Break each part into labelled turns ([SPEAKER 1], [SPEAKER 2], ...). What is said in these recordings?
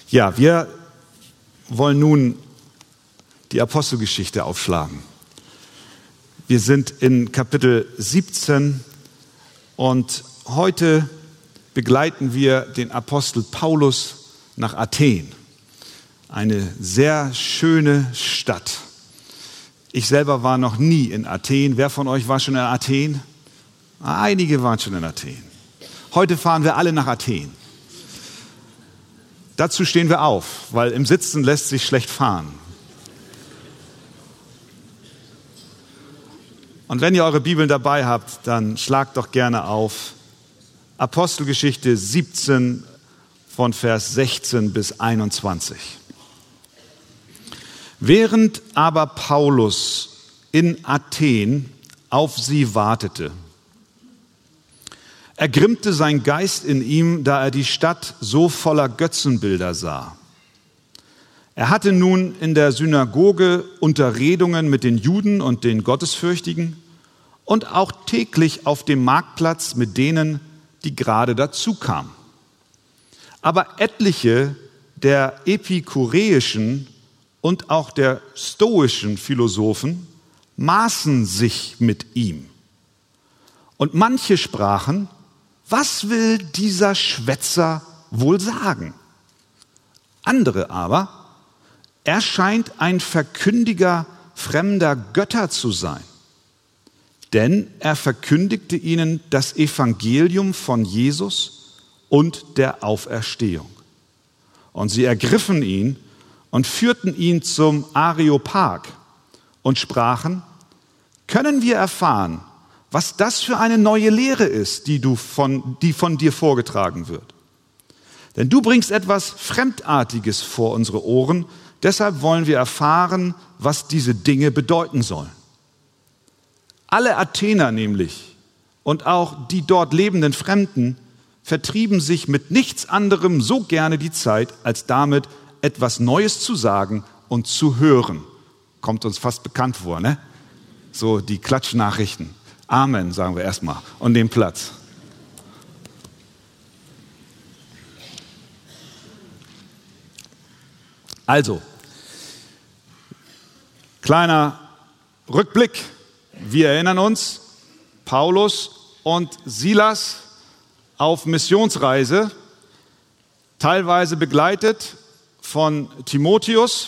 [SPEAKER 1] Ja, wir wollen nun die Apostelgeschichte aufschlagen. Wir sind in Kapitel 17 und heute begleiten wir den Apostel Paulus nach Athen. Eine sehr schöne Stadt. Ich selber war noch nie in Athen. Wer von euch war schon in Athen? Einige waren schon in Athen. Heute fahren wir alle nach Athen. Dazu stehen wir auf, weil im Sitzen lässt sich schlecht fahren. Und wenn ihr eure Bibeln dabei habt, dann schlagt doch gerne auf Apostelgeschichte 17 von Vers 16 bis 21. Während aber Paulus in Athen auf sie wartete, ergrimmte sein Geist in ihm, da er die Stadt so voller Götzenbilder sah. Er hatte nun in der Synagoge Unterredungen mit den Juden und den Gottesfürchtigen und auch täglich auf dem Marktplatz mit denen, die gerade dazu kamen. Aber etliche der epikureischen und auch der stoischen Philosophen maßen sich mit ihm. Und manche sprachen: Was will dieser Schwätzer wohl sagen? Andere aber: Er scheint ein Verkündiger fremder Götter zu sein. Denn er verkündigte ihnen das Evangelium von Jesus und der Auferstehung. Und sie ergriffen ihn und führten ihn zum Areopag und sprachen: Können wir erfahren, was das für eine neue Lehre ist, die von dir vorgetragen wird? Denn du bringst etwas Fremdartiges vor unsere Ohren, deshalb wollen wir erfahren, was diese Dinge bedeuten sollen. Alle Athener nämlich und auch die dort lebenden Fremden vertrieben sich mit nichts anderem so gerne die Zeit, als damit etwas Neues zu sagen und zu hören. Kommt uns fast bekannt vor, ne? So die Klatschnachrichten. Amen, sagen wir erstmal, und nehmen Platz. Also, kleiner Rückblick. Wir erinnern uns, Paulus und Silas auf Missionsreise, teilweise begleitet von Timotheus.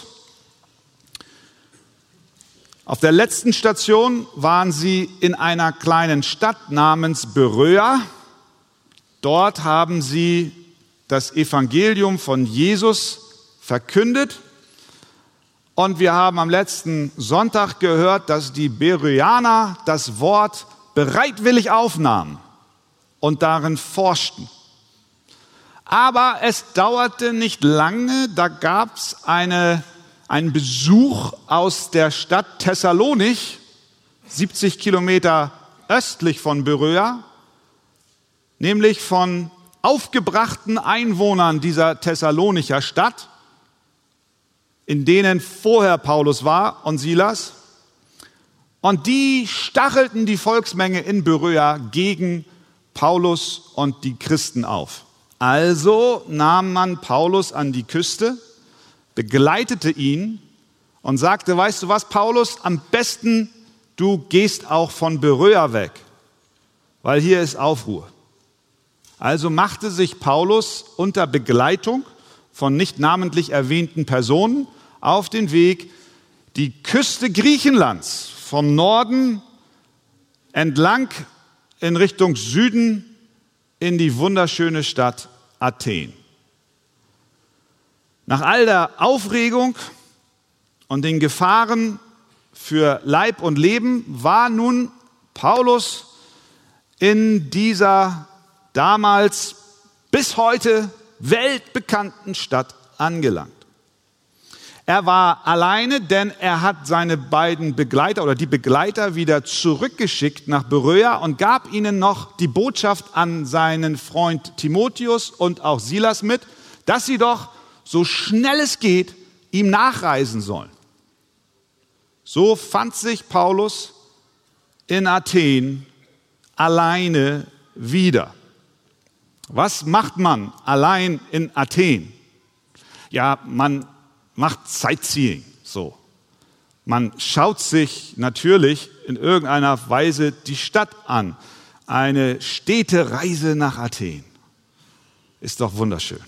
[SPEAKER 1] Auf der letzten Station waren sie in einer kleinen Stadt namens Beröa. Dort haben sie das Evangelium von Jesus verkündet. Und wir haben am letzten Sonntag gehört, dass die Beröaner das Wort bereitwillig aufnahmen und darin forschten. Aber es dauerte nicht lange, da gab es einen Besuch aus der Stadt Thessalonich, 70 Kilometer östlich von Beröa, nämlich von aufgebrachten Einwohnern dieser Thessalonicher Stadt, in denen vorher Paulus war und Silas. Und die stachelten die Volksmenge in Beröa gegen Paulus und die Christen auf. Also nahm man Paulus an die Küste, begleitete ihn und sagte: Weißt du was, Paulus, am besten du gehst auch von Beröa weg, weil hier ist Aufruhr. Also machte sich Paulus unter Begleitung von nicht namentlich erwähnten Personen auf den Weg, die Küste Griechenlands vom Norden entlang in Richtung Süden in die wunderschöne Stadt Athen. Nach all der Aufregung und den Gefahren für Leib und Leben war nun Paulus in dieser damals bis heute weltbekannten Stadt angelangt. Er war alleine, denn er hat seine beiden Begleiter oder die Begleiter wieder zurückgeschickt nach Beröa und gab ihnen noch die Botschaft an seinen Freund Timotheus und auch Silas mit, dass sie doch so schnell es geht ihm nachreisen sollen. So fand sich Paulus in Athen alleine wieder. Was macht man allein in Athen? Ja, man macht Sightseeing, so. Man schaut sich natürlich in irgendeiner Weise die Stadt an. Eine Städtereise nach Athen. Ist doch wunderschön.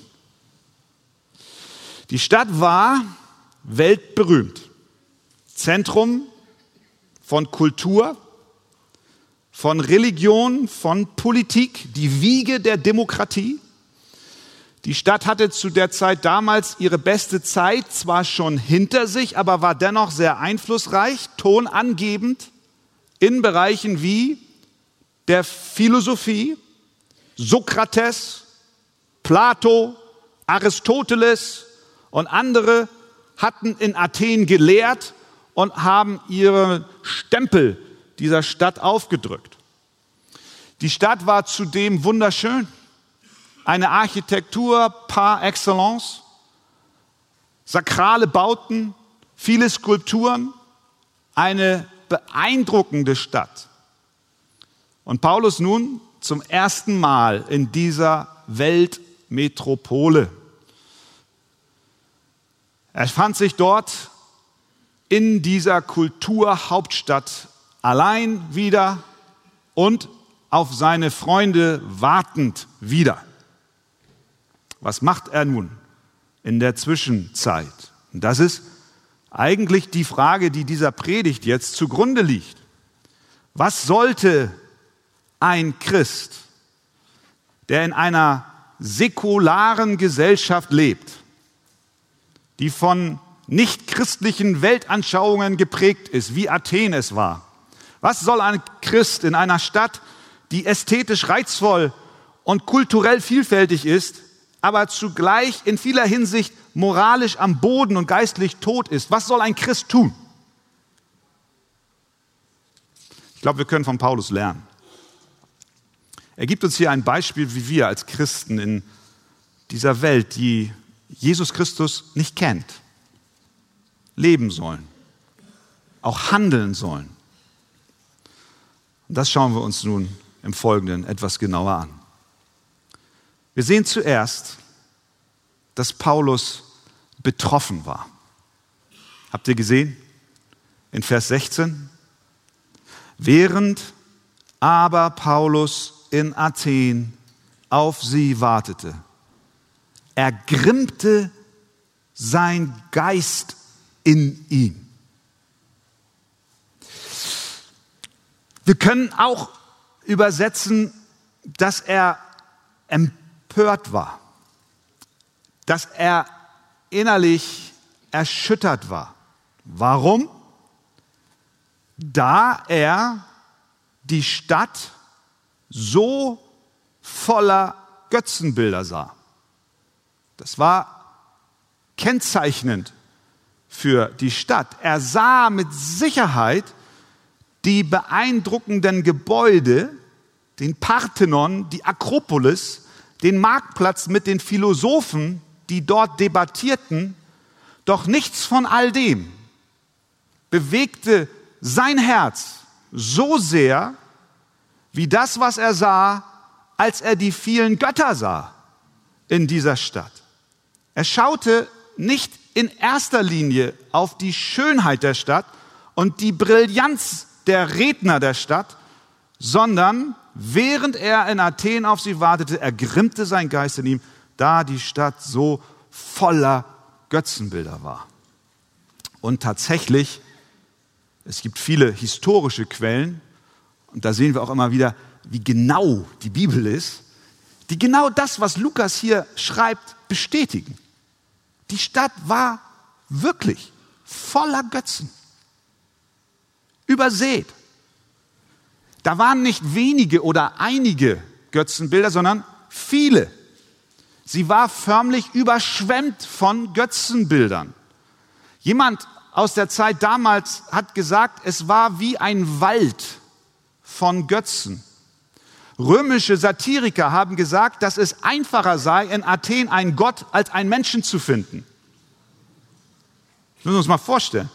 [SPEAKER 1] Die Stadt war weltberühmt. Zentrum von Kultur, von Religion, von Politik, die Wiege der Demokratie. Die Stadt hatte zu der Zeit damals ihre beste Zeit zwar schon hinter sich, aber war dennoch sehr einflussreich, tonangebend in Bereichen wie der Philosophie, Sokrates, Plato, Aristoteles und andere hatten in Athen gelehrt und haben ihren Stempel dieser Stadt aufgedrückt. Die Stadt war zudem wunderschön. Eine Architektur par excellence, sakrale Bauten, viele Skulpturen, eine beeindruckende Stadt. Und Paulus nun zum ersten Mal in dieser Weltmetropole. Er fand sich dort in dieser Kulturhauptstadt allein wieder und auf seine Freunde wartend wieder. Was macht er nun in der Zwischenzeit? Und das ist eigentlich die Frage, die dieser Predigt jetzt zugrunde liegt. Was sollte ein Christ, der in einer säkularen Gesellschaft lebt, die von nichtchristlichen Weltanschauungen geprägt ist, wie Athen es war, was soll ein Christ in einer Stadt, die ästhetisch reizvoll und kulturell vielfältig ist, aber zugleich in vieler Hinsicht moralisch am Boden und geistlich tot ist? Was soll ein Christ tun? Ich glaube, wir können von Paulus lernen. Er gibt uns hier ein Beispiel, wie wir als Christen in dieser Welt, die Jesus Christus nicht kennt, leben sollen, auch handeln sollen. Und das schauen wir uns nun im Folgenden etwas genauer an. Wir sehen zuerst, dass Paulus betroffen war. Habt ihr gesehen? In Vers 16. Während aber Paulus in Athen auf sie wartete, ergrimmte sein Geist in ihm. Wir können auch übersetzen, dass er empört war, dass er innerlich erschüttert war. Warum? Da er die Stadt so voller Götzenbilder sah. Das war kennzeichnend für die Stadt. Er sah mit Sicherheit die beeindruckenden Gebäude, den Parthenon, die Akropolis, den Marktplatz mit den Philosophen, die dort debattierten. Doch nichts von all dem bewegte sein Herz so sehr, wie das, was er sah, als er die vielen Götter sah in dieser Stadt. Er schaute nicht in erster Linie auf die Schönheit der Stadt und die Brillanz der Redner der Stadt, sondern während er in Athen auf sie wartete, ergrimmte sein Geist in ihm, da die Stadt so voller Götzenbilder war. Und tatsächlich, es gibt viele historische Quellen, und da sehen wir auch immer wieder, wie genau die Bibel ist, die genau das, was Lukas hier schreibt, bestätigen. Die Stadt war wirklich voller Götzen. Übersät. Da waren nicht wenige oder einige Götzenbilder, sondern viele. Sie war förmlich überschwemmt von Götzenbildern. Jemand aus der Zeit damals hat gesagt, es war wie ein Wald von Götzen. Römische Satiriker haben gesagt, dass es einfacher sei, in Athen einen Gott als einen Menschen zu finden. Das müssen wir uns mal vorstellen.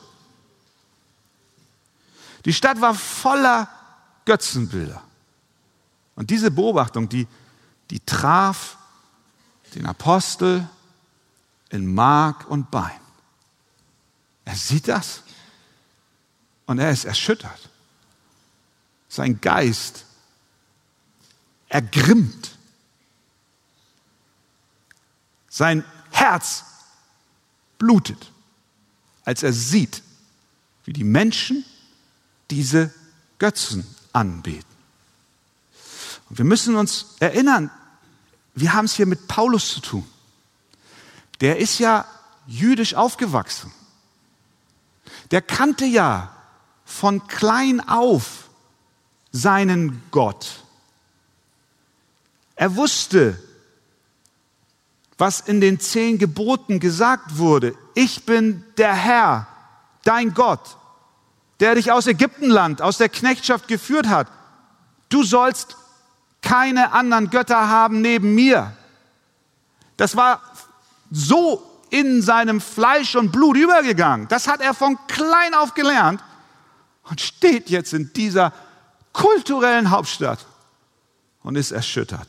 [SPEAKER 1] Die Stadt war voller Götzenbilder. Und diese Beobachtung, die traf den Apostel in Mark und Bein. Er sieht das und er ist erschüttert. Sein Geist ergrimmt. Sein Herz blutet, als er sieht, wie die Menschen diese Götzen anbeten. Und wir müssen uns erinnern, wir haben es hier mit Paulus zu tun. Der ist ja jüdisch aufgewachsen. Der kannte ja von klein auf seinen Gott. Er wusste, was in den 10 Geboten gesagt wurde. Ich bin der Herr, dein Gott, der dich aus Ägyptenland, aus der Knechtschaft geführt hat. Du sollst keine anderen Götter haben neben mir. Das war so in seinem Fleisch und Blut übergegangen. Das hat er von klein auf gelernt und steht jetzt in dieser kulturellen Hauptstadt und ist erschüttert.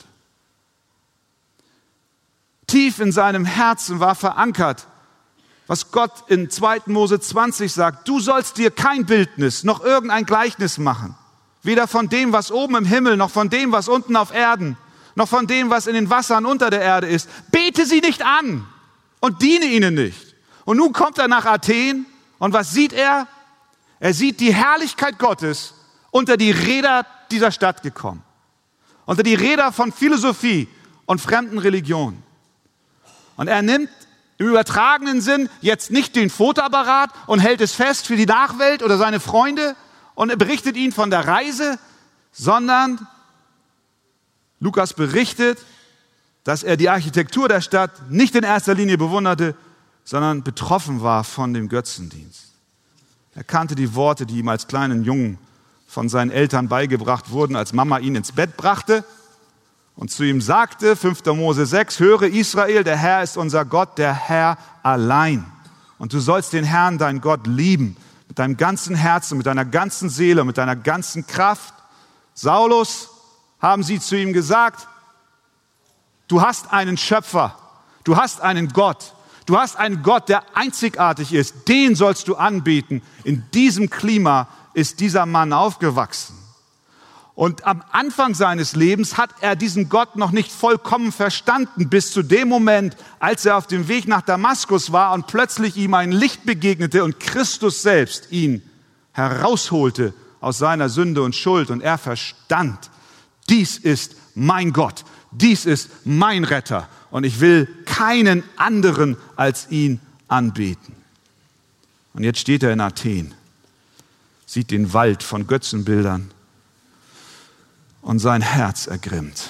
[SPEAKER 1] Tief in seinem Herzen war verankert, was Gott in 2. Mose 20 sagt. Du sollst dir kein Bildnis noch irgendein Gleichnis machen. Weder von dem, was oben im Himmel, noch von dem, was unten auf Erden, noch von dem, was in den Wassern unter der Erde ist. Bete sie nicht an und diene ihnen nicht. Und nun kommt er nach Athen und was sieht er? Er sieht die Herrlichkeit Gottes unter die Räder dieser Stadt gekommen. Unter die Räder von Philosophie und fremden Religionen. Und er nimmt im übertragenen Sinn jetzt nicht den Fotoapparat und hält es fest für die Nachwelt oder seine Freunde und er berichtet ihnen von der Reise, sondern Lukas berichtet, dass er die Architektur der Stadt nicht in erster Linie bewunderte, sondern betroffen war von dem Götzendienst. Er kannte die Worte, die ihm als kleinen Jungen von seinen Eltern beigebracht wurden, als Mama ihn ins Bett brachte und zu ihm sagte, 5. Mose 6, höre Israel, der Herr ist unser Gott, der Herr allein. Und du sollst den Herrn, dein Gott, lieben, mit deinem ganzen Herzen, mit deiner ganzen Seele, mit deiner ganzen Kraft. Saulus, haben sie zu ihm gesagt, du hast einen Schöpfer, du hast einen Gott, du hast einen Gott, der einzigartig ist, den sollst du anbeten. In diesem Klima ist dieser Mann aufgewachsen. Und am Anfang seines Lebens hat er diesen Gott noch nicht vollkommen verstanden, bis zu dem Moment, als er auf dem Weg nach Damaskus war und plötzlich ihm ein Licht begegnete und Christus selbst ihn herausholte aus seiner Sünde und Schuld. Und er verstand, dies ist mein Gott, dies ist mein Retter und ich will keinen anderen als ihn anbeten. Und jetzt steht er in Athen, sieht den Wald von Götzenbildern, und sein Herz ergrimmt.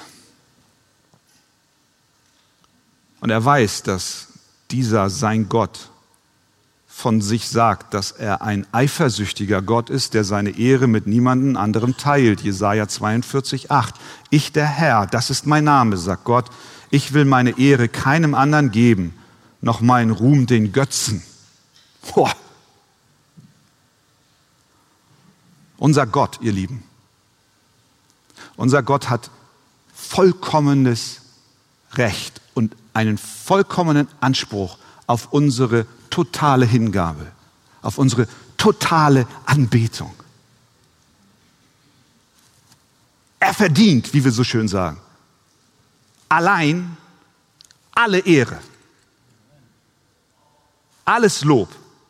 [SPEAKER 1] Und er weiß, dass dieser sein Gott von sich sagt, dass er ein eifersüchtiger Gott ist, der seine Ehre mit niemandem anderem teilt. Jesaja 42,8. Ich, der Herr, das ist mein Name, sagt Gott. Ich will meine Ehre keinem anderen geben, noch meinen Ruhm den Götzen. Boah. Unser Gott, ihr Lieben. Unser Gott hat vollkommenes Recht und einen vollkommenen Anspruch auf unsere totale Hingabe, auf unsere totale Anbetung. Er verdient, wie wir so schön sagen, allein alle Ehre, alles Lob.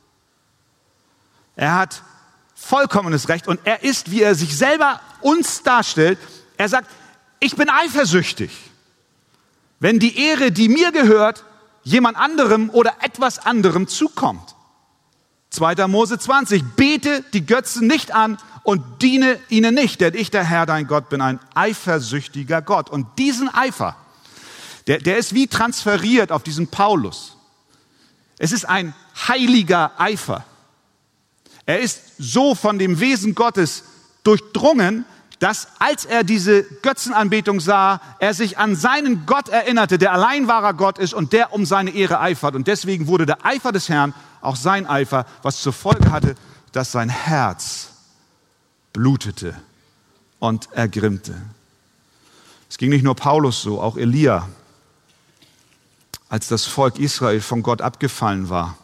[SPEAKER 1] Er hat vollkommenes Recht und er ist, wie er sich selber uns darstellt, er sagt, ich bin eifersüchtig, wenn die Ehre, die mir gehört, jemand anderem oder etwas anderem zukommt. 2. Mose 20, bete die Götzen nicht an und diene ihnen nicht, denn ich, der Herr, dein Gott, bin ein eifersüchtiger Gott. Und diesen Eifer, der ist wie transferiert auf diesen Paulus. Es ist ein heiliger Eifer. Er ist so von dem Wesen Gottes durchdrungen, dass als er diese Götzenanbetung sah, er sich an seinen Gott erinnerte, der allein wahrer Gott ist und der um seine Ehre eifert. Und deswegen wurde der Eifer des Herrn auch sein Eifer, was zur Folge hatte, dass sein Herz blutete und ergrimmte. Es ging nicht nur Paulus so, auch Elia als das Volk Israel von Gott abgefallen war.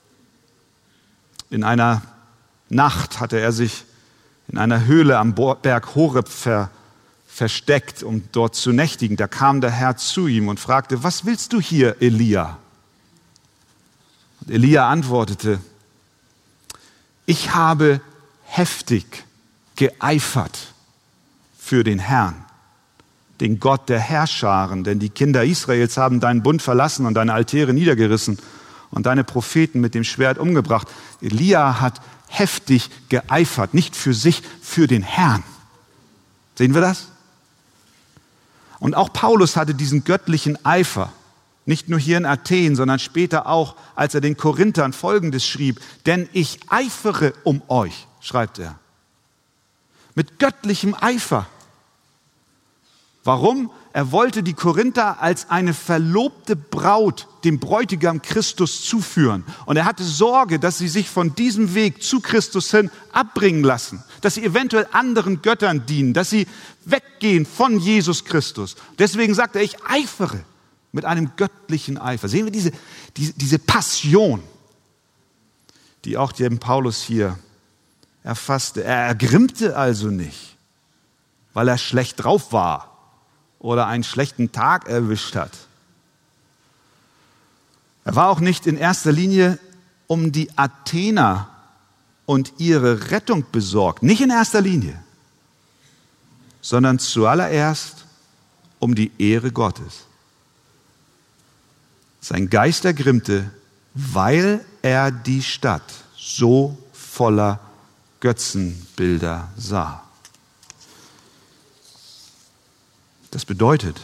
[SPEAKER 1] In einer Nacht hatte er sich in einer Höhle am Berg Horeb versteckt, um dort zu nächtigen. Da kam der Herr zu ihm und fragte: Was willst du hier, Elia? Und Elia antwortete: Ich habe heftig geeifert für den Herrn, den Gott der Heerscharen, denn die Kinder Israels haben deinen Bund verlassen und deine Altäre niedergerissen und deine Propheten mit dem Schwert umgebracht. Elia hat heftig geeifert, nicht für sich, für den Herrn. Sehen wir das? Und auch Paulus hatte diesen göttlichen Eifer, nicht nur hier in Athen, sondern später auch, als er den Korinthern Folgendes schrieb: Denn ich eifere um euch, schreibt er. Mit göttlichem Eifer. Warum? Er wollte die Korinther als eine verlobte Braut dem Bräutigam Christus zuführen. Und er hatte Sorge, dass sie sich von diesem Weg zu Christus hin abbringen lassen, dass sie eventuell anderen Göttern dienen, dass sie weggehen von Jesus Christus. Deswegen sagt er: Ich eifere mit einem göttlichen Eifer. Sehen wir diese Passion, die auch dem Paulus hier erfasste. Er ergrimmte also nicht, weil er schlecht drauf war oder einen schlechten Tag erwischt hat. Er war auch nicht in erster Linie um die Athener und ihre Rettung besorgt. Nicht in erster Linie, sondern zuallererst um die Ehre Gottes. Sein Geist ergrimmte, weil er die Stadt so voller Götzenbilder sah. Das bedeutet,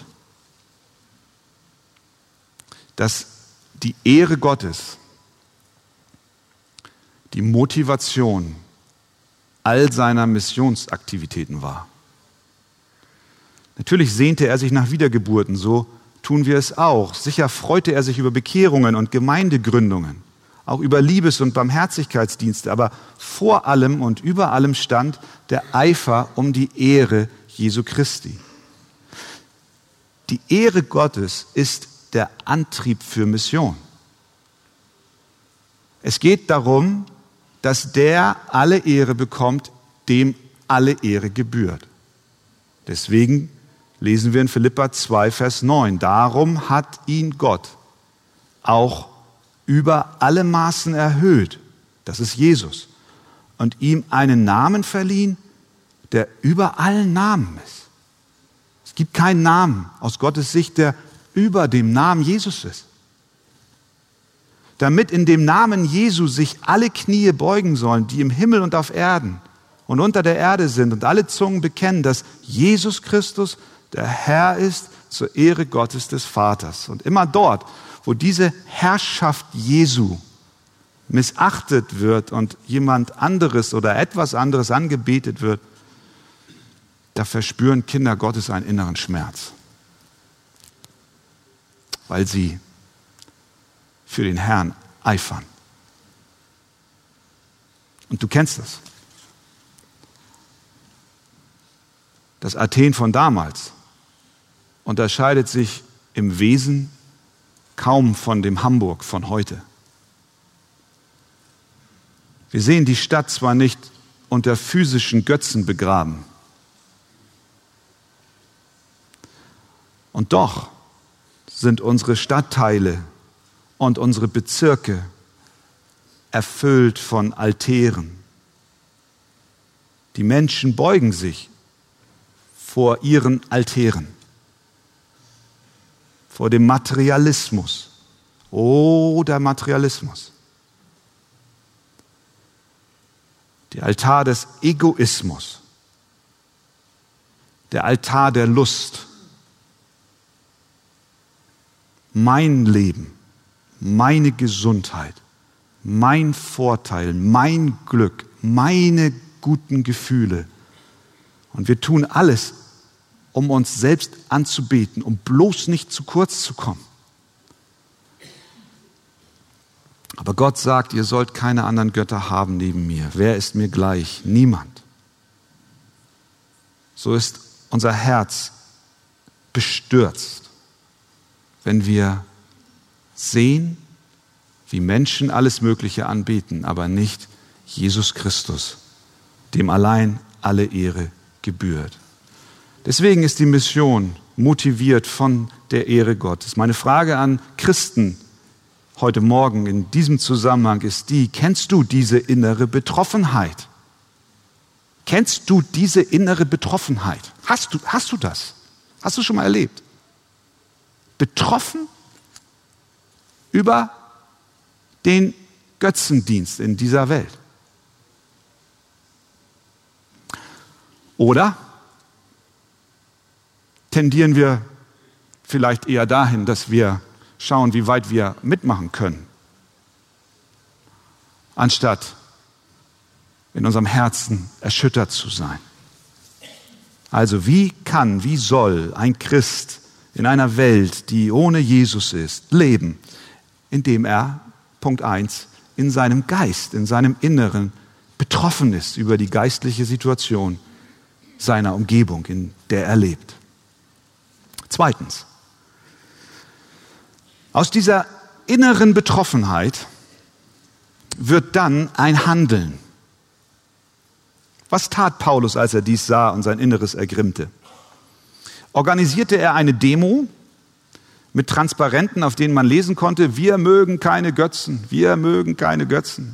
[SPEAKER 1] dass die Ehre Gottes die Motivation all seiner Missionsaktivitäten war. Natürlich sehnte er sich nach Wiedergeburten, so tun wir es auch. Sicher freute er sich über Bekehrungen und Gemeindegründungen, auch über Liebes- und Barmherzigkeitsdienste, aber vor allem und über allem stand der Eifer um die Ehre Jesu Christi. Die Ehre Gottes ist der Antrieb für Mission. Es geht darum, dass der alle Ehre bekommt, dem alle Ehre gebührt. Deswegen lesen wir in Philipper 2, Vers 9. Darum hat ihn Gott auch über alle Maßen erhöht, das ist Jesus, und ihm einen Namen verliehen, der über allen Namen ist. Es gibt keinen Namen aus Gottes Sicht, der über dem Namen Jesus ist. Damit in dem Namen Jesu sich alle Knie beugen sollen, die im Himmel und auf Erden und unter der Erde sind, und alle Zungen bekennen, dass Jesus Christus der Herr ist, zur Ehre Gottes des Vaters. Und immer dort, wo diese Herrschaft Jesu missachtet wird und jemand anderes oder etwas anderes angebetet wird, da verspüren Kinder Gottes einen inneren Schmerz, weil sie für den Herrn eifern. Und du kennst das. Das Athen von damals unterscheidet sich im Wesen kaum von dem Hamburg von heute. Wir sehen die Stadt zwar nicht unter physischen Götzen begraben, und doch sind unsere Stadtteile und unsere Bezirke erfüllt von Altären. Die Menschen beugen sich vor ihren Altären, vor dem Materialismus. Oh, der Materialismus. Der Altar des Egoismus, der Altar der Lust. Mein Leben, meine Gesundheit, mein Vorteil, mein Glück, meine guten Gefühle. Und wir tun alles, um uns selbst anzubeten, um bloß nicht zu kurz zu kommen. Aber Gott sagt, ihr sollt keine anderen Götter haben neben mir. Wer ist mir gleich? Niemand. So ist unser Herz bestürzt, wenn wir sehen, wie Menschen alles Mögliche anbeten, aber nicht Jesus Christus, dem allein alle Ehre gebührt. Deswegen ist die Mission motiviert von der Ehre Gottes. Meine Frage an Christen heute Morgen in diesem Zusammenhang ist die: Kennst du diese innere Betroffenheit? Kennst du diese innere Betroffenheit? Hast du das? Hast du schon mal erlebt? Betroffen über den Götzendienst in dieser Welt? Oder tendieren wir vielleicht eher dahin, dass wir schauen, wie weit wir mitmachen können, anstatt in unserem Herzen erschüttert zu sein? Also wie soll ein Christ in einer Welt, die ohne Jesus ist, leben, indem er, Punkt 1, in seinem Geist, in seinem Inneren betroffen ist über die geistliche Situation seiner Umgebung, in der er lebt? Zweitens, aus dieser inneren Betroffenheit wird dann ein Handeln. Was tat Paulus, als er dies sah und sein Inneres ergrimmte? Organisierte er eine Demo mit Transparenten, auf denen man lesen konnte: Wir mögen keine Götzen, wir mögen keine Götzen?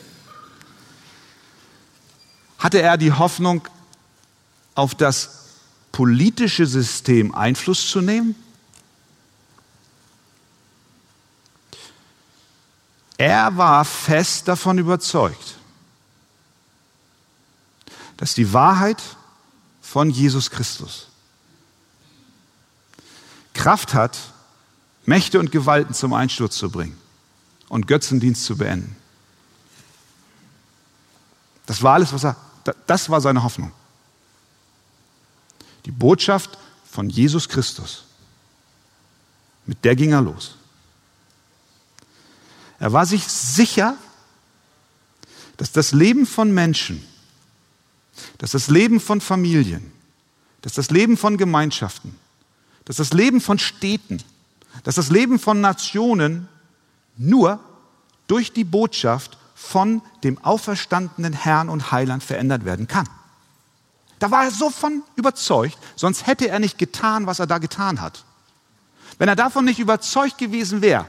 [SPEAKER 1] Hatte er die Hoffnung, auf das politische System Einfluss zu nehmen? Er war fest davon überzeugt, dass die Wahrheit von Jesus Christus Kraft hat, Mächte und Gewalten zum Einsturz zu bringen und Götzendienst zu beenden. Das war alles, das war seine Hoffnung. Die Botschaft von Jesus Christus, mit der ging er los. Er war sich sicher, dass das Leben von Menschen, dass das Leben von Familien, dass das Leben von Gemeinschaften, dass das Leben von Städten, dass das Leben von Nationen nur durch die Botschaft von dem auferstandenen Herrn und Heiland verändert werden kann. Da war er so von überzeugt, sonst hätte er nicht getan, was er da getan hat. Wenn er davon nicht überzeugt gewesen wäre,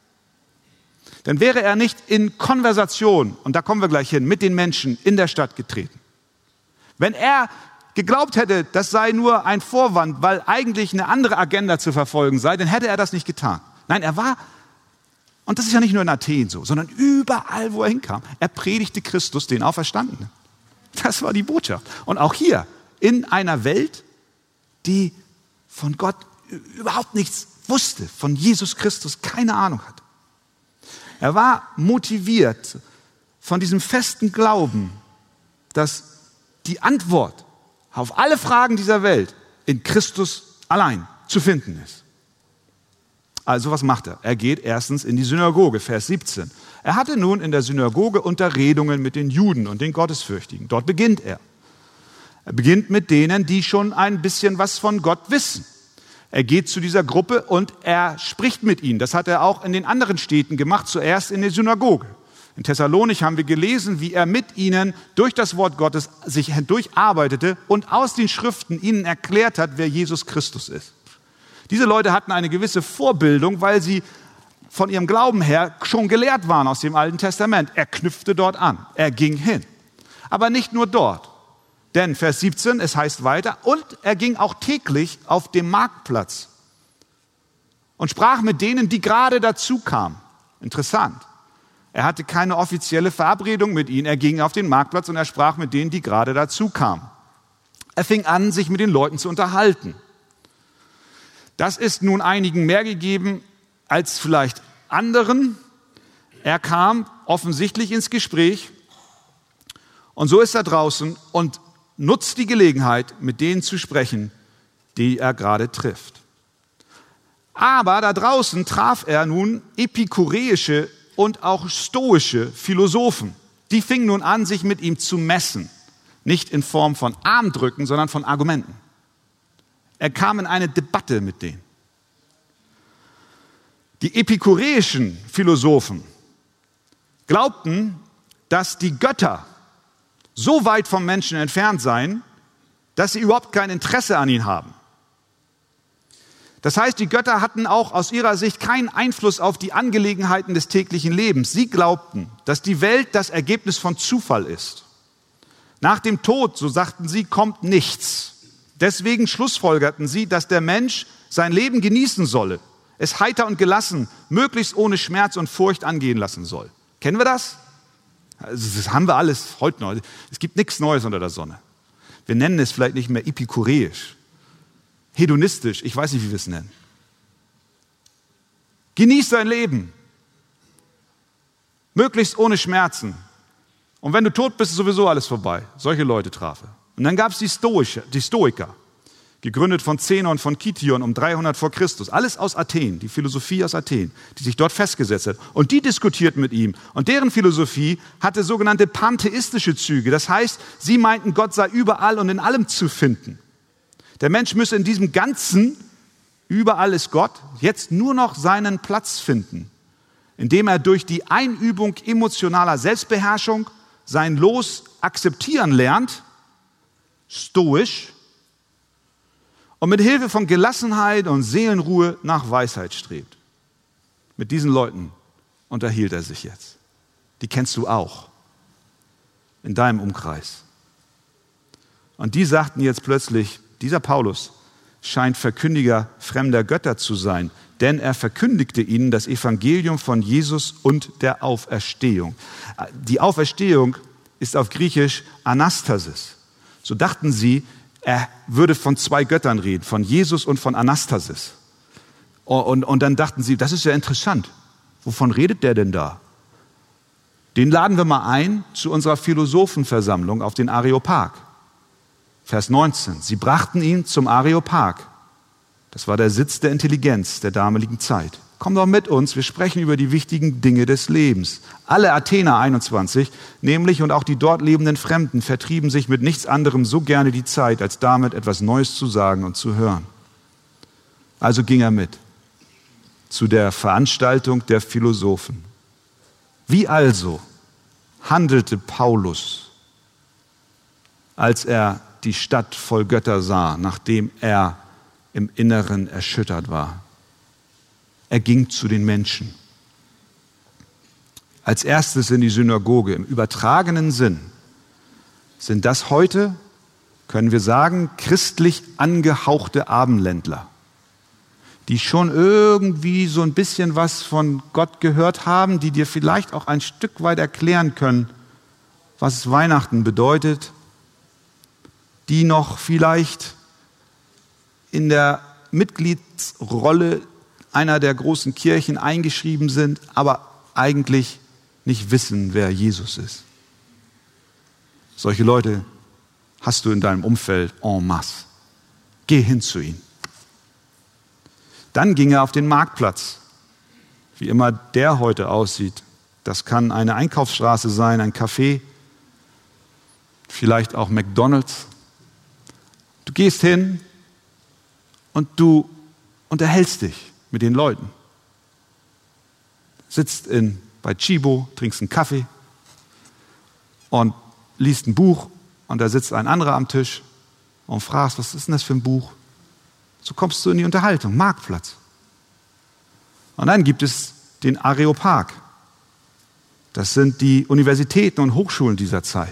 [SPEAKER 1] dann wäre er nicht in Konversation, und da kommen wir gleich hin, mit den Menschen in der Stadt getreten. Wenn er geglaubt hätte, das sei nur ein Vorwand, weil eigentlich eine andere Agenda zu verfolgen sei, dann hätte er das nicht getan. Nein, er war, und das ist ja nicht nur in Athen so, sondern überall, wo er hinkam, er predigte Christus, den Auferstandenen. Das war die Botschaft. Und auch hier, in einer Welt, die von Gott überhaupt nichts wusste, von Jesus Christus keine Ahnung hat. Er war motiviert von diesem festen Glauben, dass die Antwort auf alle Fragen dieser Welt in Christus allein zu finden ist. Also was macht er? Er geht erstens in die Synagoge, Vers 17. Er hatte nun in der Synagoge Unterredungen mit den Juden und den Gottesfürchtigen. Dort beginnt er. Er beginnt mit denen, die schon ein bisschen was von Gott wissen. Er geht zu dieser Gruppe und er spricht mit ihnen. Das hat er auch in den anderen Städten gemacht, zuerst in der Synagoge. In Thessalonich haben wir gelesen, wie er mit ihnen durch das Wort Gottes sich hindurcharbeitete und aus den Schriften ihnen erklärt hat, wer Jesus Christus ist. Diese Leute hatten eine gewisse Vorbildung, weil sie von ihrem Glauben her schon gelehrt waren aus dem Alten Testament. Er knüpfte dort an, er ging hin. Aber nicht nur dort. Denn Vers 17, es heißt weiter, und er ging auch täglich auf dem Marktplatz und sprach mit denen, die gerade dazu kamen. Interessant. Er hatte keine offizielle Verabredung mit ihnen. Er ging auf den Marktplatz und er sprach mit denen, die gerade dazu kamen. Er fing an, sich mit den Leuten zu unterhalten. Das ist nun einigen mehr gegeben als vielleicht anderen. Er kam offensichtlich ins Gespräch und so ist er draußen und nutzt die Gelegenheit, mit denen zu sprechen, die er gerade trifft. Aber da draußen traf er nun epikureische und auch stoische Philosophen. Die fingen nun an, sich mit ihm zu messen. Nicht in Form von Armdrücken, sondern von Argumenten. Er kam in eine Debatte mit denen. Die epikureischen Philosophen glaubten, dass die Götter so weit vom Menschen entfernt seien, dass sie überhaupt kein Interesse an ihnen haben. Das heißt, die Götter hatten auch aus ihrer Sicht keinen Einfluss auf die Angelegenheiten des täglichen Lebens. Sie glaubten, dass die Welt das Ergebnis von Zufall ist. Nach dem Tod, so sagten sie, kommt nichts. Deswegen schlussfolgerten sie, dass der Mensch sein Leben genießen solle, es heiter und gelassen, möglichst ohne Schmerz und Furcht angehen lassen soll. Kennen wir das? Also das haben wir alles heute noch. Es gibt nichts Neues unter der Sonne. Wir nennen es vielleicht nicht mehr epikureisch, hedonistisch, ich weiß nicht, wie wir es nennen. Genieß dein Leben, möglichst ohne Schmerzen. Und wenn du tot bist, ist sowieso alles vorbei. Solche Leute traf er. Und dann gab es die Stoiker, gegründet von Zenon von Kition um 300 vor Christus. Alles aus Athen, die Philosophie aus Athen, die sich dort festgesetzt hat. Und die diskutierten mit ihm. Und deren Philosophie hatte sogenannte pantheistische Züge. Das heißt, sie meinten, Gott sei überall und in allem zu finden. Der Mensch müsse in diesem Ganzen, überall ist Gott, jetzt nur noch seinen Platz finden, indem er durch die Einübung emotionaler Selbstbeherrschung sein Los akzeptieren lernt, stoisch, und mit Hilfe von Gelassenheit und Seelenruhe nach Weisheit strebt. Mit diesen Leuten unterhielt er sich jetzt. Die kennst du auch in deinem Umkreis. Und die sagten jetzt plötzlich, dieser Paulus scheint Verkündiger fremder Götter zu sein, denn er verkündigte ihnen das Evangelium von Jesus und der Auferstehung. Die Auferstehung ist auf Griechisch Anastasis. So dachten sie, er würde von zwei Göttern reden, von Jesus und von Anastasis. Und dann dachten sie, das ist ja interessant. Wovon redet der denn da? Den laden wir mal ein zu unserer Philosophenversammlung auf den Areopag. Vers 19. Sie brachten ihn zum Areopag. Das war der Sitz der Intelligenz der damaligen Zeit. Komm doch mit uns, wir sprechen über die wichtigen Dinge des Lebens. Alle Athener 21, nämlich und auch die dort lebenden Fremden, vertrieben sich mit nichts anderem so gerne die Zeit, als damit etwas Neues zu sagen und zu hören. Also ging er mit zu der Veranstaltung der Philosophen. Wie also handelte Paulus, als er die Stadt voll Götter sah, nachdem er im Inneren erschüttert war? Er ging zu den Menschen. Als erstes in die Synagoge. Im übertragenen Sinn sind das heute, können wir sagen, christlich angehauchte Abendländler, die schon irgendwie so ein bisschen was von Gott gehört haben, die dir vielleicht auch ein Stück weit erklären können, was Weihnachten bedeutet, die noch vielleicht in der Mitgliedsrolle einer der großen Kirchen eingeschrieben sind, aber eigentlich nicht wissen, wer Jesus ist. Solche Leute hast du in deinem Umfeld en masse. Geh hin zu ihnen. Dann ging er auf den Marktplatz, wie immer der heute aussieht. Das kann eine Einkaufsstraße sein, ein Café, vielleicht auch McDonald's. Du gehst hin und du unterhältst dich mit den Leuten. Sitzt bei Chibo, trinkst einen Kaffee und liest ein Buch und da sitzt ein anderer am Tisch und fragst, was ist denn das für ein Buch? So kommst du in die Unterhaltung, Marktplatz. Und dann gibt es den Areopag. Das sind die Universitäten und Hochschulen dieser Zeit.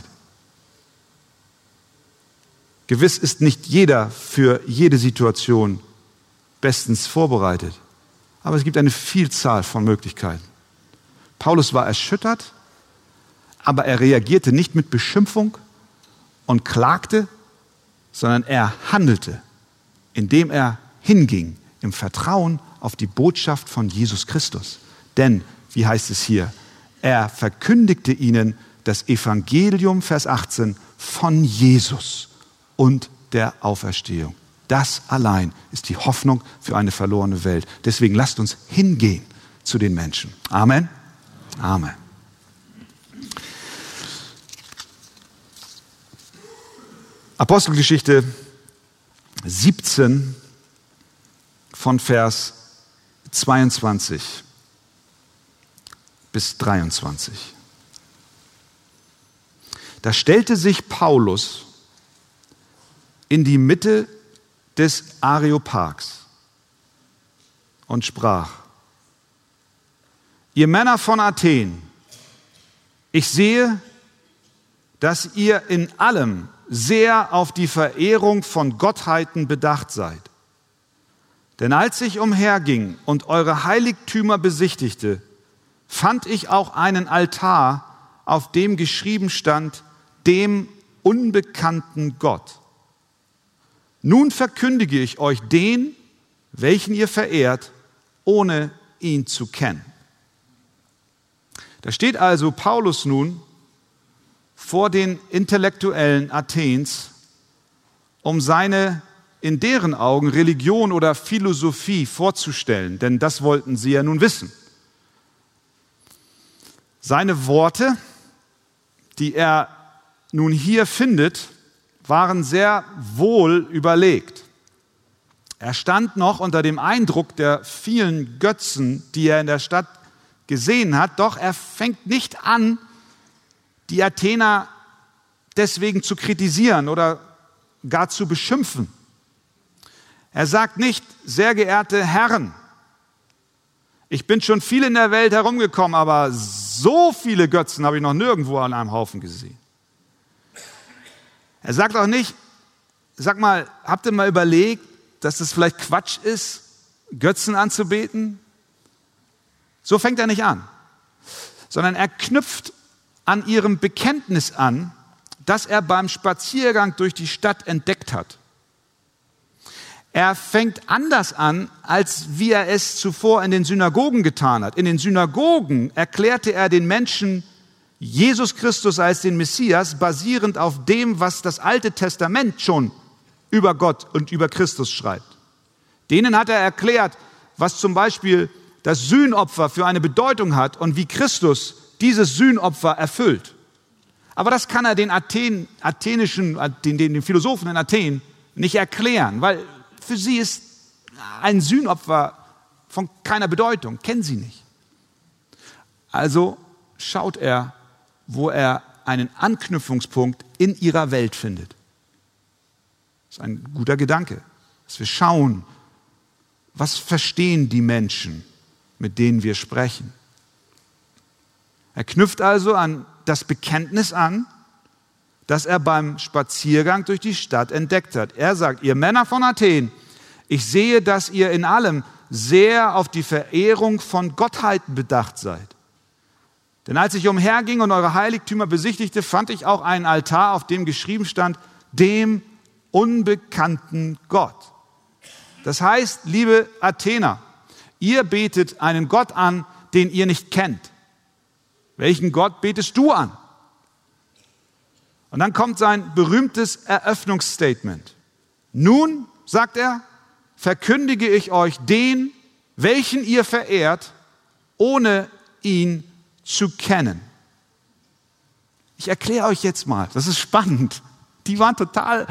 [SPEAKER 1] Gewiss ist nicht jeder für jede Situation bestens vorbereitet. Aber es gibt eine Vielzahl von Möglichkeiten. Paulus war erschüttert, aber er reagierte nicht mit Beschimpfung und klagte, sondern er handelte, indem er hinging im Vertrauen auf die Botschaft von Jesus Christus. Denn, wie heißt es hier, er verkündigte ihnen das Evangelium, Vers 18, von Jesus und der Auferstehung. Das allein ist die Hoffnung für eine verlorene Welt. Deswegen lasst uns hingehen zu den Menschen. Amen. Amen. Apostelgeschichte 17 von Vers 22 bis 23. Da stellte sich Paulus in die Mitte des Areopags und sprach: Ihr Männer von Athen, ich sehe, dass ihr in allem sehr auf die Verehrung von Gottheiten bedacht seid. Denn als ich umherging und eure Heiligtümer besichtigte, fand ich auch einen Altar, auf dem geschrieben stand: dem unbekannten Gott. Nun verkündige ich euch den, welchen ihr verehrt, ohne ihn zu kennen. Da steht also Paulus nun vor den Intellektuellen Athens, um seine in deren Augen Religion oder Philosophie vorzustellen, denn das wollten sie ja nun wissen. Seine Worte, die er nun hier findet, waren sehr wohl überlegt. Er stand noch unter dem Eindruck der vielen Götzen, die er in der Stadt gesehen hat, doch er fängt nicht an, die Athener deswegen zu kritisieren oder gar zu beschimpfen. Er sagt nicht: sehr geehrte Herren, ich bin schon viel in der Welt herumgekommen, aber so viele Götzen habe ich noch nirgendwo an einem Haufen gesehen. Er sagt auch nicht: sag mal, habt ihr mal überlegt, dass es vielleicht Quatsch ist, Götzen anzubeten? So fängt er nicht an, sondern er knüpft an ihrem Bekenntnis an, das er beim Spaziergang durch die Stadt entdeckt hat. Er fängt anders an, als wie er es zuvor in den Synagogen getan hat. In den Synagogen erklärte er den Menschen Jesus Christus als den Messias, basierend auf dem, was das Alte Testament schon über Gott und über Christus schreibt. Denen hat er erklärt, was zum Beispiel das Sühnopfer für eine Bedeutung hat und wie Christus dieses Sühnopfer erfüllt. Aber das kann er den Philosophen in Athen nicht erklären, weil für sie ist ein Sühnopfer von keiner Bedeutung, kennen sie nicht. Also schaut er, wo er einen Anknüpfungspunkt in ihrer Welt findet. Das ist ein guter Gedanke, dass wir schauen, was verstehen die Menschen, mit denen wir sprechen. Er knüpft also an das Bekenntnis an, das er beim Spaziergang durch die Stadt entdeckt hat. Er sagt: Ihr Männer von Athen, ich sehe, dass ihr in allem sehr auf die Verehrung von Gottheiten bedacht seid. Denn als ich umherging und eure Heiligtümer besichtigte, fand ich auch einen Altar, auf dem geschrieben stand: dem unbekannten Gott. Das heißt, liebe Athener, ihr betet einen Gott an, den ihr nicht kennt. Welchen Gott betest du an? Und dann kommt sein berühmtes Eröffnungsstatement. Nun, sagt er, verkündige ich euch den, welchen ihr verehrt, ohne ihn zu kennen. Ich erkläre euch jetzt mal, das ist spannend. Die waren total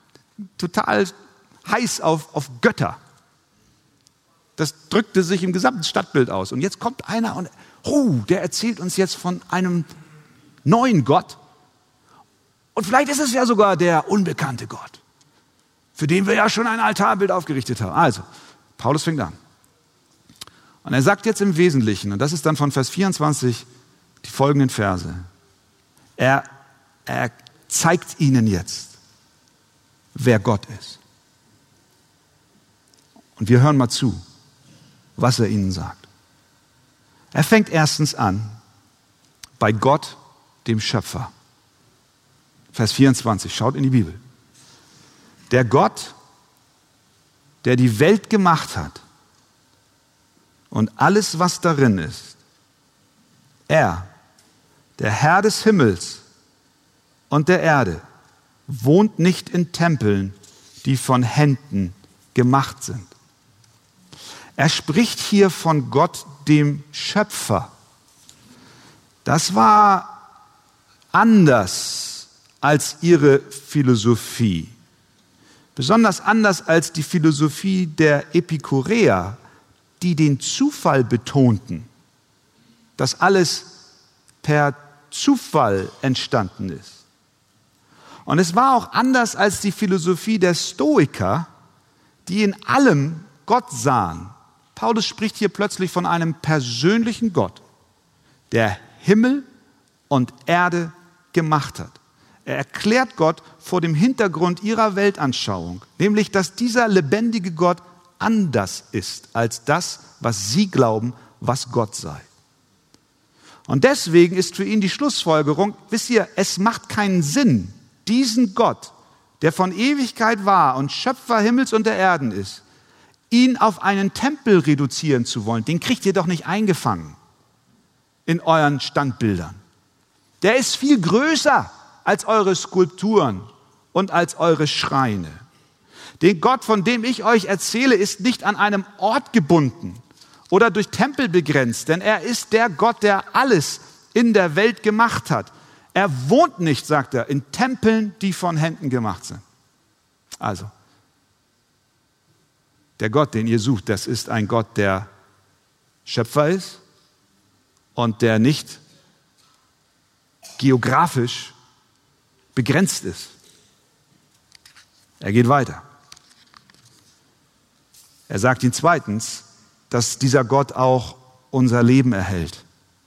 [SPEAKER 1] heiß auf Götter. Das drückte sich im gesamten Stadtbild aus. Und jetzt kommt einer und der erzählt uns jetzt von einem neuen Gott. Und vielleicht ist es ja sogar der unbekannte Gott, für den wir ja schon ein Altarbild aufgerichtet haben. Also, Paulus fängt an. Und er sagt jetzt im Wesentlichen, und das ist dann von Vers 24 die folgenden Verse. Er zeigt ihnen jetzt, wer Gott ist. Und wir hören mal zu, was er ihnen sagt. Er fängt erstens an bei Gott, dem Schöpfer. Vers 24, schaut in die Bibel. Der Gott, der die Welt gemacht hat und alles, was darin ist. Er, der Herr des Himmels und der Erde, wohnt nicht in Tempeln, die von Händen gemacht sind. Er spricht hier von Gott, dem Schöpfer. Das war anders als ihre Philosophie. Besonders anders als die Philosophie der Epikureer, die den Zufall betonten, dass alles per Zufall entstanden ist. Und es war auch anders als die Philosophie der Stoiker, die in allem Gott sahen. Paulus spricht hier plötzlich von einem persönlichen Gott, der Himmel und Erde gemacht hat. Er erklärt Gott vor dem Hintergrund ihrer Weltanschauung, nämlich, dass dieser lebendige Gott anders ist als das, was sie glauben, was Gott sei. Und deswegen ist für ihn die Schlussfolgerung, wisst ihr, es macht keinen Sinn, diesen Gott, der von Ewigkeit war und Schöpfer Himmels und der Erden ist, ihn auf einen Tempel reduzieren zu wollen. Den kriegt ihr doch nicht eingefangen in euren Standbildern. Der ist viel größer als eure Skulpturen und als eure Schreine. Der Gott, von dem ich euch erzähle, ist nicht an einem Ort gebunden oder durch Tempel begrenzt, denn er ist der Gott, der alles in der Welt gemacht hat. Er wohnt nicht, sagt er, in Tempeln, die von Händen gemacht sind. Also, der Gott, den ihr sucht, das ist ein Gott, der Schöpfer ist und der nicht geografisch begrenzt ist. Er geht weiter. Er sagt ihnen zweitens, dass dieser Gott auch unser Leben erhält.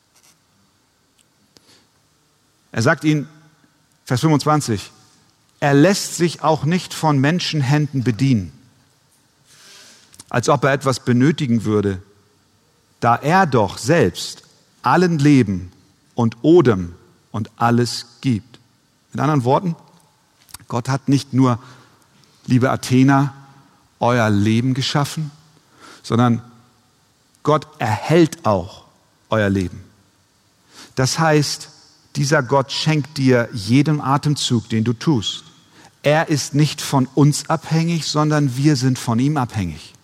[SPEAKER 1] Er sagt ihnen, Vers 25, er lässt sich auch nicht von Menschenhänden bedienen, als ob er etwas benötigen würde, da er doch selbst allen Leben und Odem und alles gibt. Mit anderen Worten, Gott hat nicht nur, liebe Athener, euer Leben geschaffen, sondern Gott erhält auch euer Leben. Das heißt, dieser Gott schenkt dir jeden Atemzug, den du tust. Er ist nicht von uns abhängig, sondern wir sind von ihm abhängig.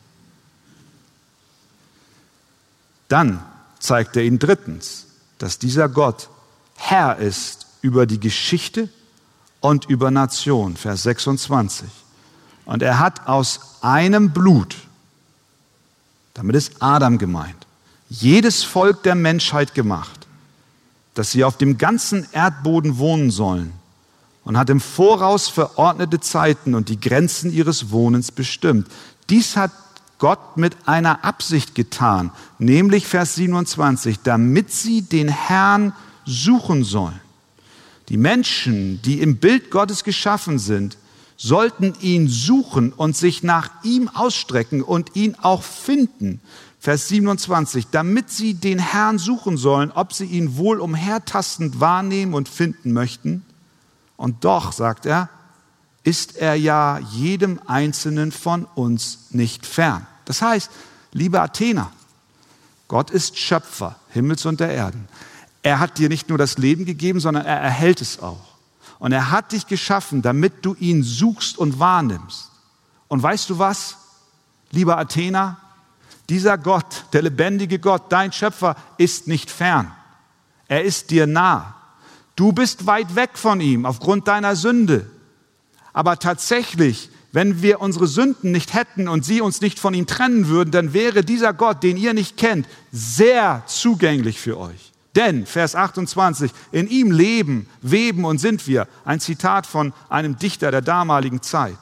[SPEAKER 1] Dann zeigt er ihnen drittens, dass dieser Gott Herr ist über die Geschichte und über Nation, Vers 26. Und er hat aus einem Blut, damit ist Adam gemeint, jedes Volk der Menschheit gemacht, dass sie auf dem ganzen Erdboden wohnen sollen, und hat im Voraus verordnete Zeiten und die Grenzen ihres Wohnens bestimmt. Dies hat Gott mit einer Absicht getan, nämlich Vers 27, damit sie den Herrn suchen sollen. Die Menschen, die im Bild Gottes geschaffen sind, sollten ihn suchen und sich nach ihm ausstrecken und ihn auch finden. Vers 27, damit sie den Herrn suchen sollen, ob sie ihn wohl umhertastend wahrnehmen und finden möchten. Und doch, sagt er, ist er ja jedem Einzelnen von uns nicht fern. Das heißt, liebe Athener, Gott ist Schöpfer Himmels und der Erden. Er hat dir nicht nur das Leben gegeben, sondern er erhält es auch. Und er hat dich geschaffen, damit du ihn suchst und wahrnimmst. Und weißt du was, lieber Athener? Dieser Gott, der lebendige Gott, dein Schöpfer, ist nicht fern. Er ist dir nah. Du bist weit weg von ihm aufgrund deiner Sünde. Aber tatsächlich, wenn wir unsere Sünden nicht hätten und sie uns nicht von ihm trennen würden, dann wäre dieser Gott, den ihr nicht kennt, sehr zugänglich für euch. Denn, Vers 28, in ihm leben, weben und sind wir. Ein Zitat von einem Dichter der damaligen Zeit.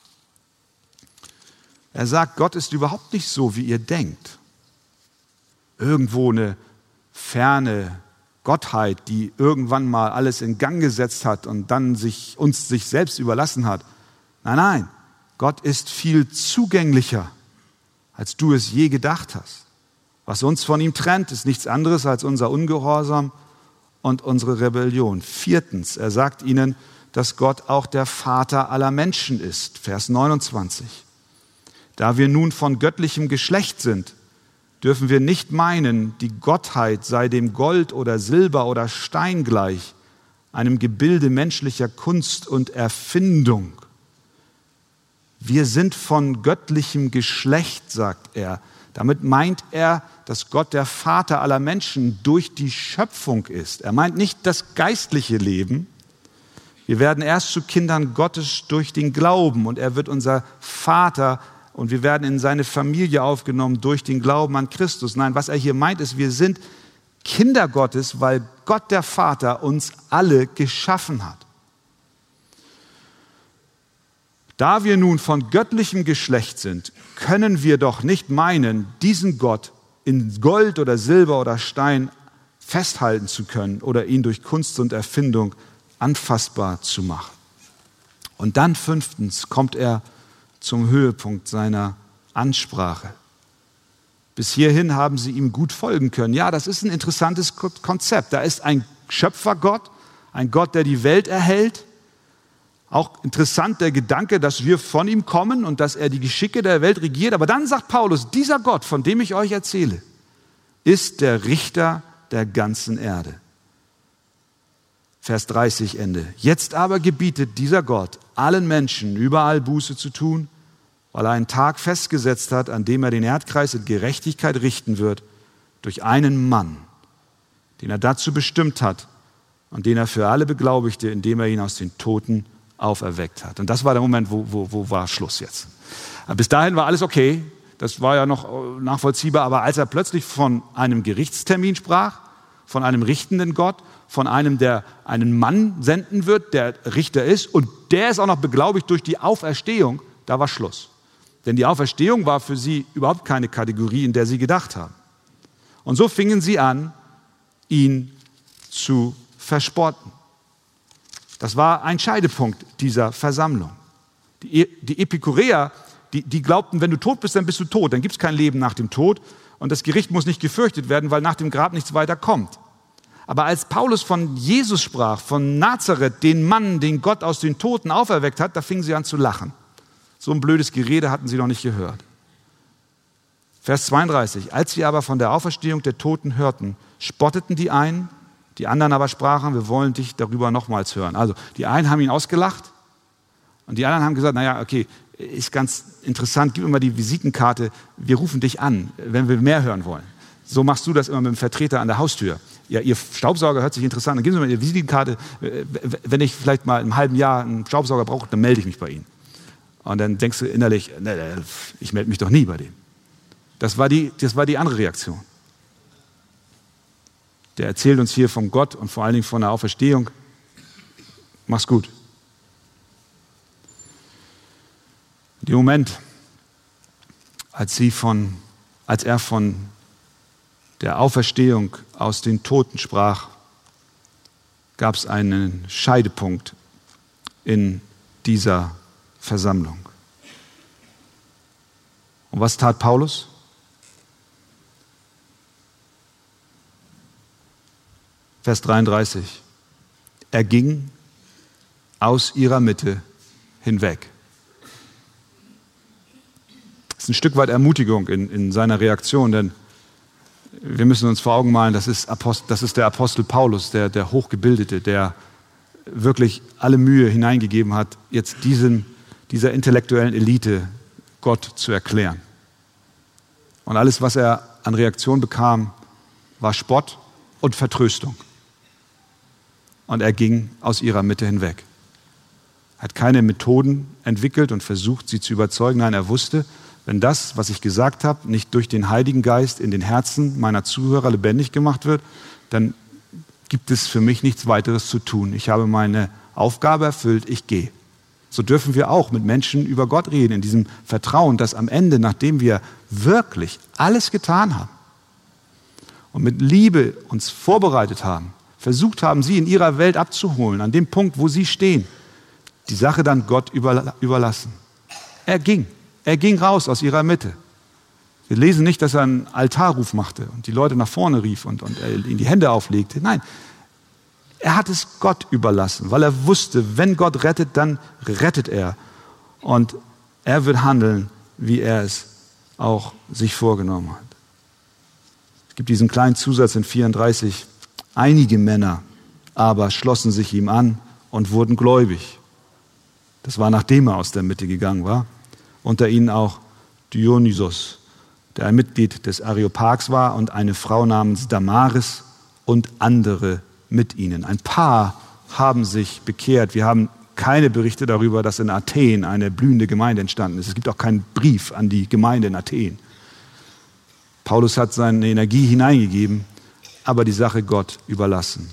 [SPEAKER 1] Er sagt, Gott ist überhaupt nicht so, wie ihr denkt. Irgendwo eine ferne Gottheit, die irgendwann mal alles in Gang gesetzt hat und dann uns sich selbst überlassen hat. Nein, nein, Gott ist viel zugänglicher, als du es je gedacht hast. Was uns von ihm trennt, ist nichts anderes als unser Ungehorsam und unsere Rebellion. Viertens, er sagt ihnen, dass Gott auch der Vater aller Menschen ist. Vers 29. Da wir nun von göttlichem Geschlecht sind, dürfen wir nicht meinen, die Gottheit sei dem Gold oder Silber oder Stein gleich, einem Gebilde menschlicher Kunst und Erfindung. Wir sind von göttlichem Geschlecht, sagt er. Damit meint er, dass Gott der Vater aller Menschen durch die Schöpfung ist. Er meint nicht das geistliche Leben. Wir werden erst zu Kindern Gottes durch den Glauben und er wird unser Vater und wir werden in seine Familie aufgenommen durch den Glauben an Christus. Nein, was er hier meint ist, wir sind Kinder Gottes, weil Gott der Vater uns alle geschaffen hat. Da wir nun von göttlichem Geschlecht sind, können wir doch nicht meinen, diesen Gott in Gold oder Silber oder Stein festhalten zu können oder ihn durch Kunst und Erfindung anfassbar zu machen. Und dann 5. kommt er zum Höhepunkt seiner Ansprache. Bis hierhin haben sie ihm gut folgen können. Ja, das ist ein interessantes Konzept. Da ist ein Schöpfergott, ein Gott, der die Welt erhält. Auch interessant der Gedanke, dass wir von ihm kommen und dass er die Geschicke der Welt regiert. Aber dann sagt Paulus, dieser Gott, von dem ich euch erzähle, ist der Richter der ganzen Erde. Vers 30 Ende. Jetzt aber gebietet dieser Gott allen Menschen überall Buße zu tun, weil er einen Tag festgesetzt hat, an dem er den Erdkreis in Gerechtigkeit richten wird, durch einen Mann, den er dazu bestimmt hat und den er für alle beglaubigte, indem er ihn aus den Toten auferweckt hat. Und das war der Moment, wo war Schluss jetzt. Aber bis dahin war alles okay, das war ja noch nachvollziehbar, aber als er plötzlich von einem Gerichtstermin sprach, von einem richtenden Gott, von einem, der einen Mann senden wird, der Richter ist, und der ist auch noch beglaubigt durch die Auferstehung, da war Schluss. Denn die Auferstehung war für sie überhaupt keine Kategorie, in der sie gedacht haben. Und so fingen sie an, ihn zu verspotten. Das war ein Scheidepunkt dieser Versammlung. Die Epikureer, die glaubten, wenn du tot bist, dann bist du tot, dann gibt es kein Leben nach dem Tod und das Gericht muss nicht gefürchtet werden, weil nach dem Grab nichts weiter kommt. Aber als Paulus von Jesus sprach, von Nazareth, den Mann, den Gott aus den Toten auferweckt hat, da fingen sie an zu lachen. So ein blödes Gerede hatten sie noch nicht gehört. Vers 32. Als sie aber von der Auferstehung der Toten hörten, spotteten die einen, die anderen aber sprachen, wir wollen dich darüber nochmals hören. Also die einen haben ihn ausgelacht und die anderen haben gesagt, naja, okay, ist ganz interessant, gib mir mal die Visitenkarte, wir rufen dich an, wenn wir mehr hören wollen. So machst du das immer mit dem Vertreter an der Haustür. Ja, Ihr Staubsauger hört sich interessant, dann geben Sie mir Ihre Visitenkarte, wenn ich vielleicht mal im halben Jahr einen Staubsauger brauche, dann melde ich mich bei Ihnen. Und dann denkst du innerlich, ich melde mich doch nie bei dem. Das war die andere Reaktion. Der erzählt uns hier von Gott und vor allen Dingen von der Auferstehung. Mach's gut. In dem Moment, als er von der Auferstehung aus den Toten sprach, gab es einen Scheidepunkt in dieser Versammlung. Und was tat Paulus? Vers 33. Er ging aus ihrer Mitte hinweg. Das ist ein Stück weit Ermutigung in seiner Reaktion, denn wir müssen uns vor Augen malen, das ist der Apostel Paulus, der Hochgebildete, der wirklich alle Mühe hineingegeben hat, jetzt dieser intellektuellen Elite Gott zu erklären. Und alles, was er an Reaktion bekam, war Spott und Vertröstung. Und er ging aus ihrer Mitte hinweg. Er hat keine Methoden entwickelt und versucht, sie zu überzeugen. Nein, er wusste, wenn das, was ich gesagt habe, nicht durch den Heiligen Geist in den Herzen meiner Zuhörer lebendig gemacht wird, dann gibt es für mich nichts weiteres zu tun. Ich habe meine Aufgabe erfüllt, ich gehe. So dürfen wir auch mit Menschen über Gott reden, in diesem Vertrauen, dass am Ende, nachdem wir wirklich alles getan haben und mit Liebe uns vorbereitet haben, versucht haben, sie in ihrer Welt abzuholen, an dem Punkt, wo sie stehen, die Sache dann Gott überlassen. Er ging raus aus ihrer Mitte. Wir lesen nicht, dass er einen Altarruf machte und die Leute nach vorne rief und ihnen die Hände auflegte. Nein, er hat es Gott überlassen, weil er wusste, wenn Gott rettet, dann rettet er. Und er wird handeln, wie er es auch sich vorgenommen hat. Es gibt diesen kleinen Zusatz in 34. Einige Männer aber schlossen sich ihm an und wurden gläubig. Das war, nachdem er aus der Mitte gegangen war. Unter ihnen auch Dionysos, der ein Mitglied des Areopags war, und eine Frau namens Damaris und andere mit ihnen. Ein paar haben sich bekehrt. Wir haben keine Berichte darüber, dass in Athen eine blühende Gemeinde entstanden ist. Es gibt auch keinen Brief an die Gemeinde in Athen. Paulus hat seine Energie hineingegeben, aber die Sache Gott überlassen.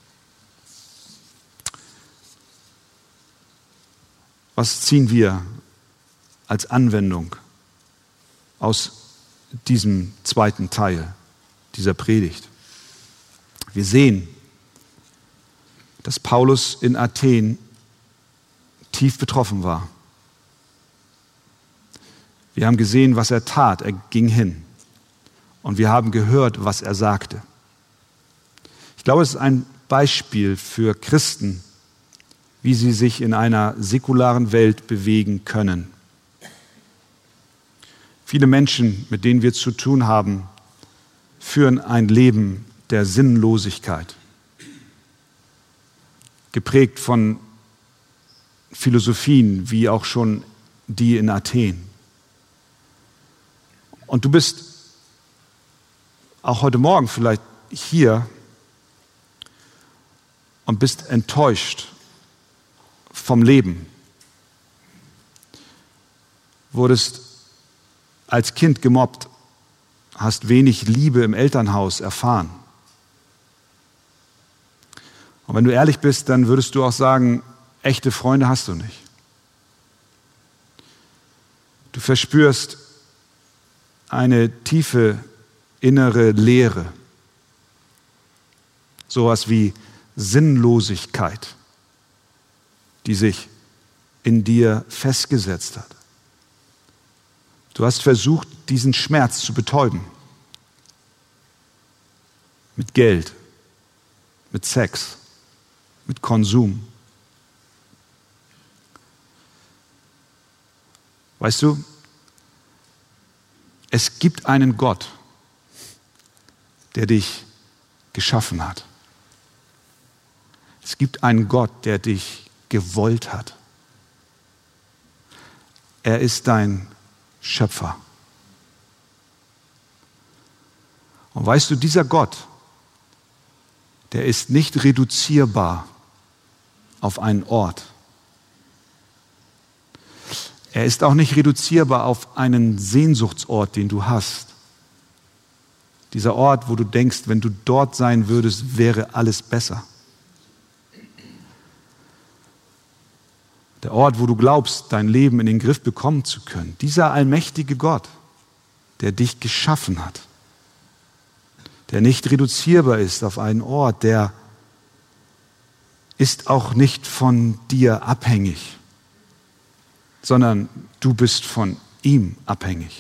[SPEAKER 1] Was ziehen wir als Anwendung aus diesem zweiten Teil dieser Predigt? Wir sehen, dass Paulus in Athen tief betroffen war. Wir haben gesehen, was er tat. Er ging hin. Und wir haben gehört, was er sagte. Ich glaube, es ist ein Beispiel für Christen, wie sie sich in einer säkularen Welt bewegen können. Viele Menschen, mit denen wir zu tun haben, führen ein Leben der Sinnlosigkeit, geprägt von Philosophien wie auch schon die in Athen. Und du bist auch heute Morgen vielleicht hier und bist enttäuscht vom Leben. Wurdest als Kind gemobbt, hast wenig Liebe im Elternhaus erfahren. Und wenn du ehrlich bist, dann würdest du auch sagen, echte Freunde hast du nicht. Du verspürst eine tiefe innere Leere, sowas wie Sinnlosigkeit, die sich in dir festgesetzt hat. Du hast versucht, diesen Schmerz zu betäuben. Mit Geld, mit Sex, mit Konsum. Weißt du, es gibt einen Gott, der dich geschaffen hat. Es gibt einen Gott, der dich gewollt hat. Er ist dein Schöpfer. Und weißt du, dieser Gott, der ist nicht reduzierbar auf einen Ort. Er ist auch nicht reduzierbar auf einen Sehnsuchtsort, den du hast. Dieser Ort, wo du denkst, wenn du dort sein würdest, wäre alles besser. Der Ort, wo du glaubst, dein Leben in den Griff bekommen zu können. Dieser allmächtige Gott, der dich geschaffen hat, der nicht reduzierbar ist auf einen Ort, der ist auch nicht von dir abhängig, sondern du bist von ihm abhängig.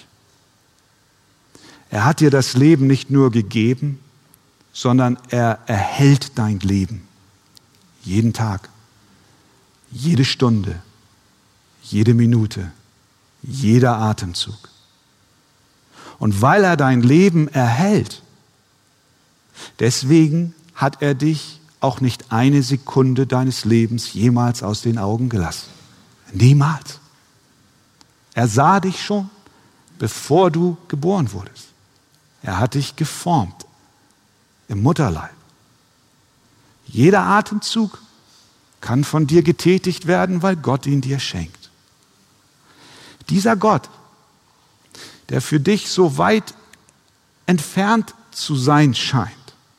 [SPEAKER 1] Er hat dir das Leben nicht nur gegeben, sondern er erhält dein Leben. Jeden Tag, jede Stunde, jede Minute, jeder Atemzug. Und weil er dein Leben erhält, deswegen hat er dich auch nicht eine Sekunde deines Lebens jemals aus den Augen gelassen. Niemals. Er sah dich schon, bevor du geboren wurdest. Er hat dich geformt im Mutterleib. Jeder Atemzug kann von dir getätigt werden, weil Gott ihn dir schenkt. Dieser Gott, der für dich so weit entfernt zu sein scheint,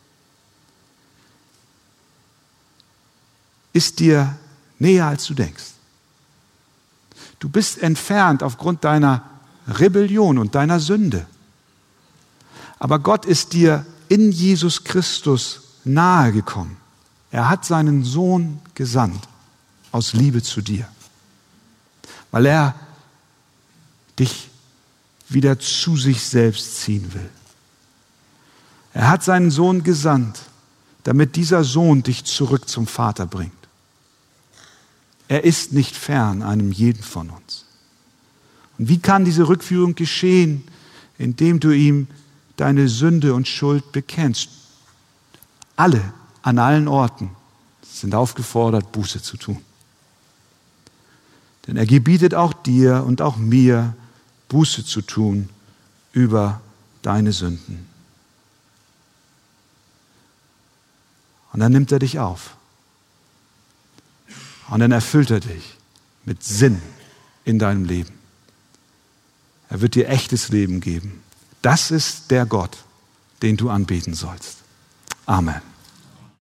[SPEAKER 1] ist dir näher, als du denkst. Du bist entfernt aufgrund deiner Rebellion und deiner Sünde. Aber Gott ist dir in Jesus Christus nahegekommen. Er hat seinen Sohn gesandt aus Liebe zu dir, weil er dich wieder zu sich selbst ziehen will. Er hat seinen Sohn gesandt, damit dieser Sohn dich zurück zum Vater bringt. Er ist nicht fern einem jeden von uns. Und wie kann diese Rückführung geschehen? Indem du ihm deine Sünde und Schuld bekennst. Alle, an allen Orten, sind aufgefordert, Buße zu tun. Denn er gebietet auch dir und auch mir, Buße zu tun über deine Sünden. Und dann nimmt er dich auf. Und dann erfüllt er dich mit Sinn in deinem Leben. Er wird dir echtes Leben geben. Das ist der Gott, den du anbeten sollst. Amen.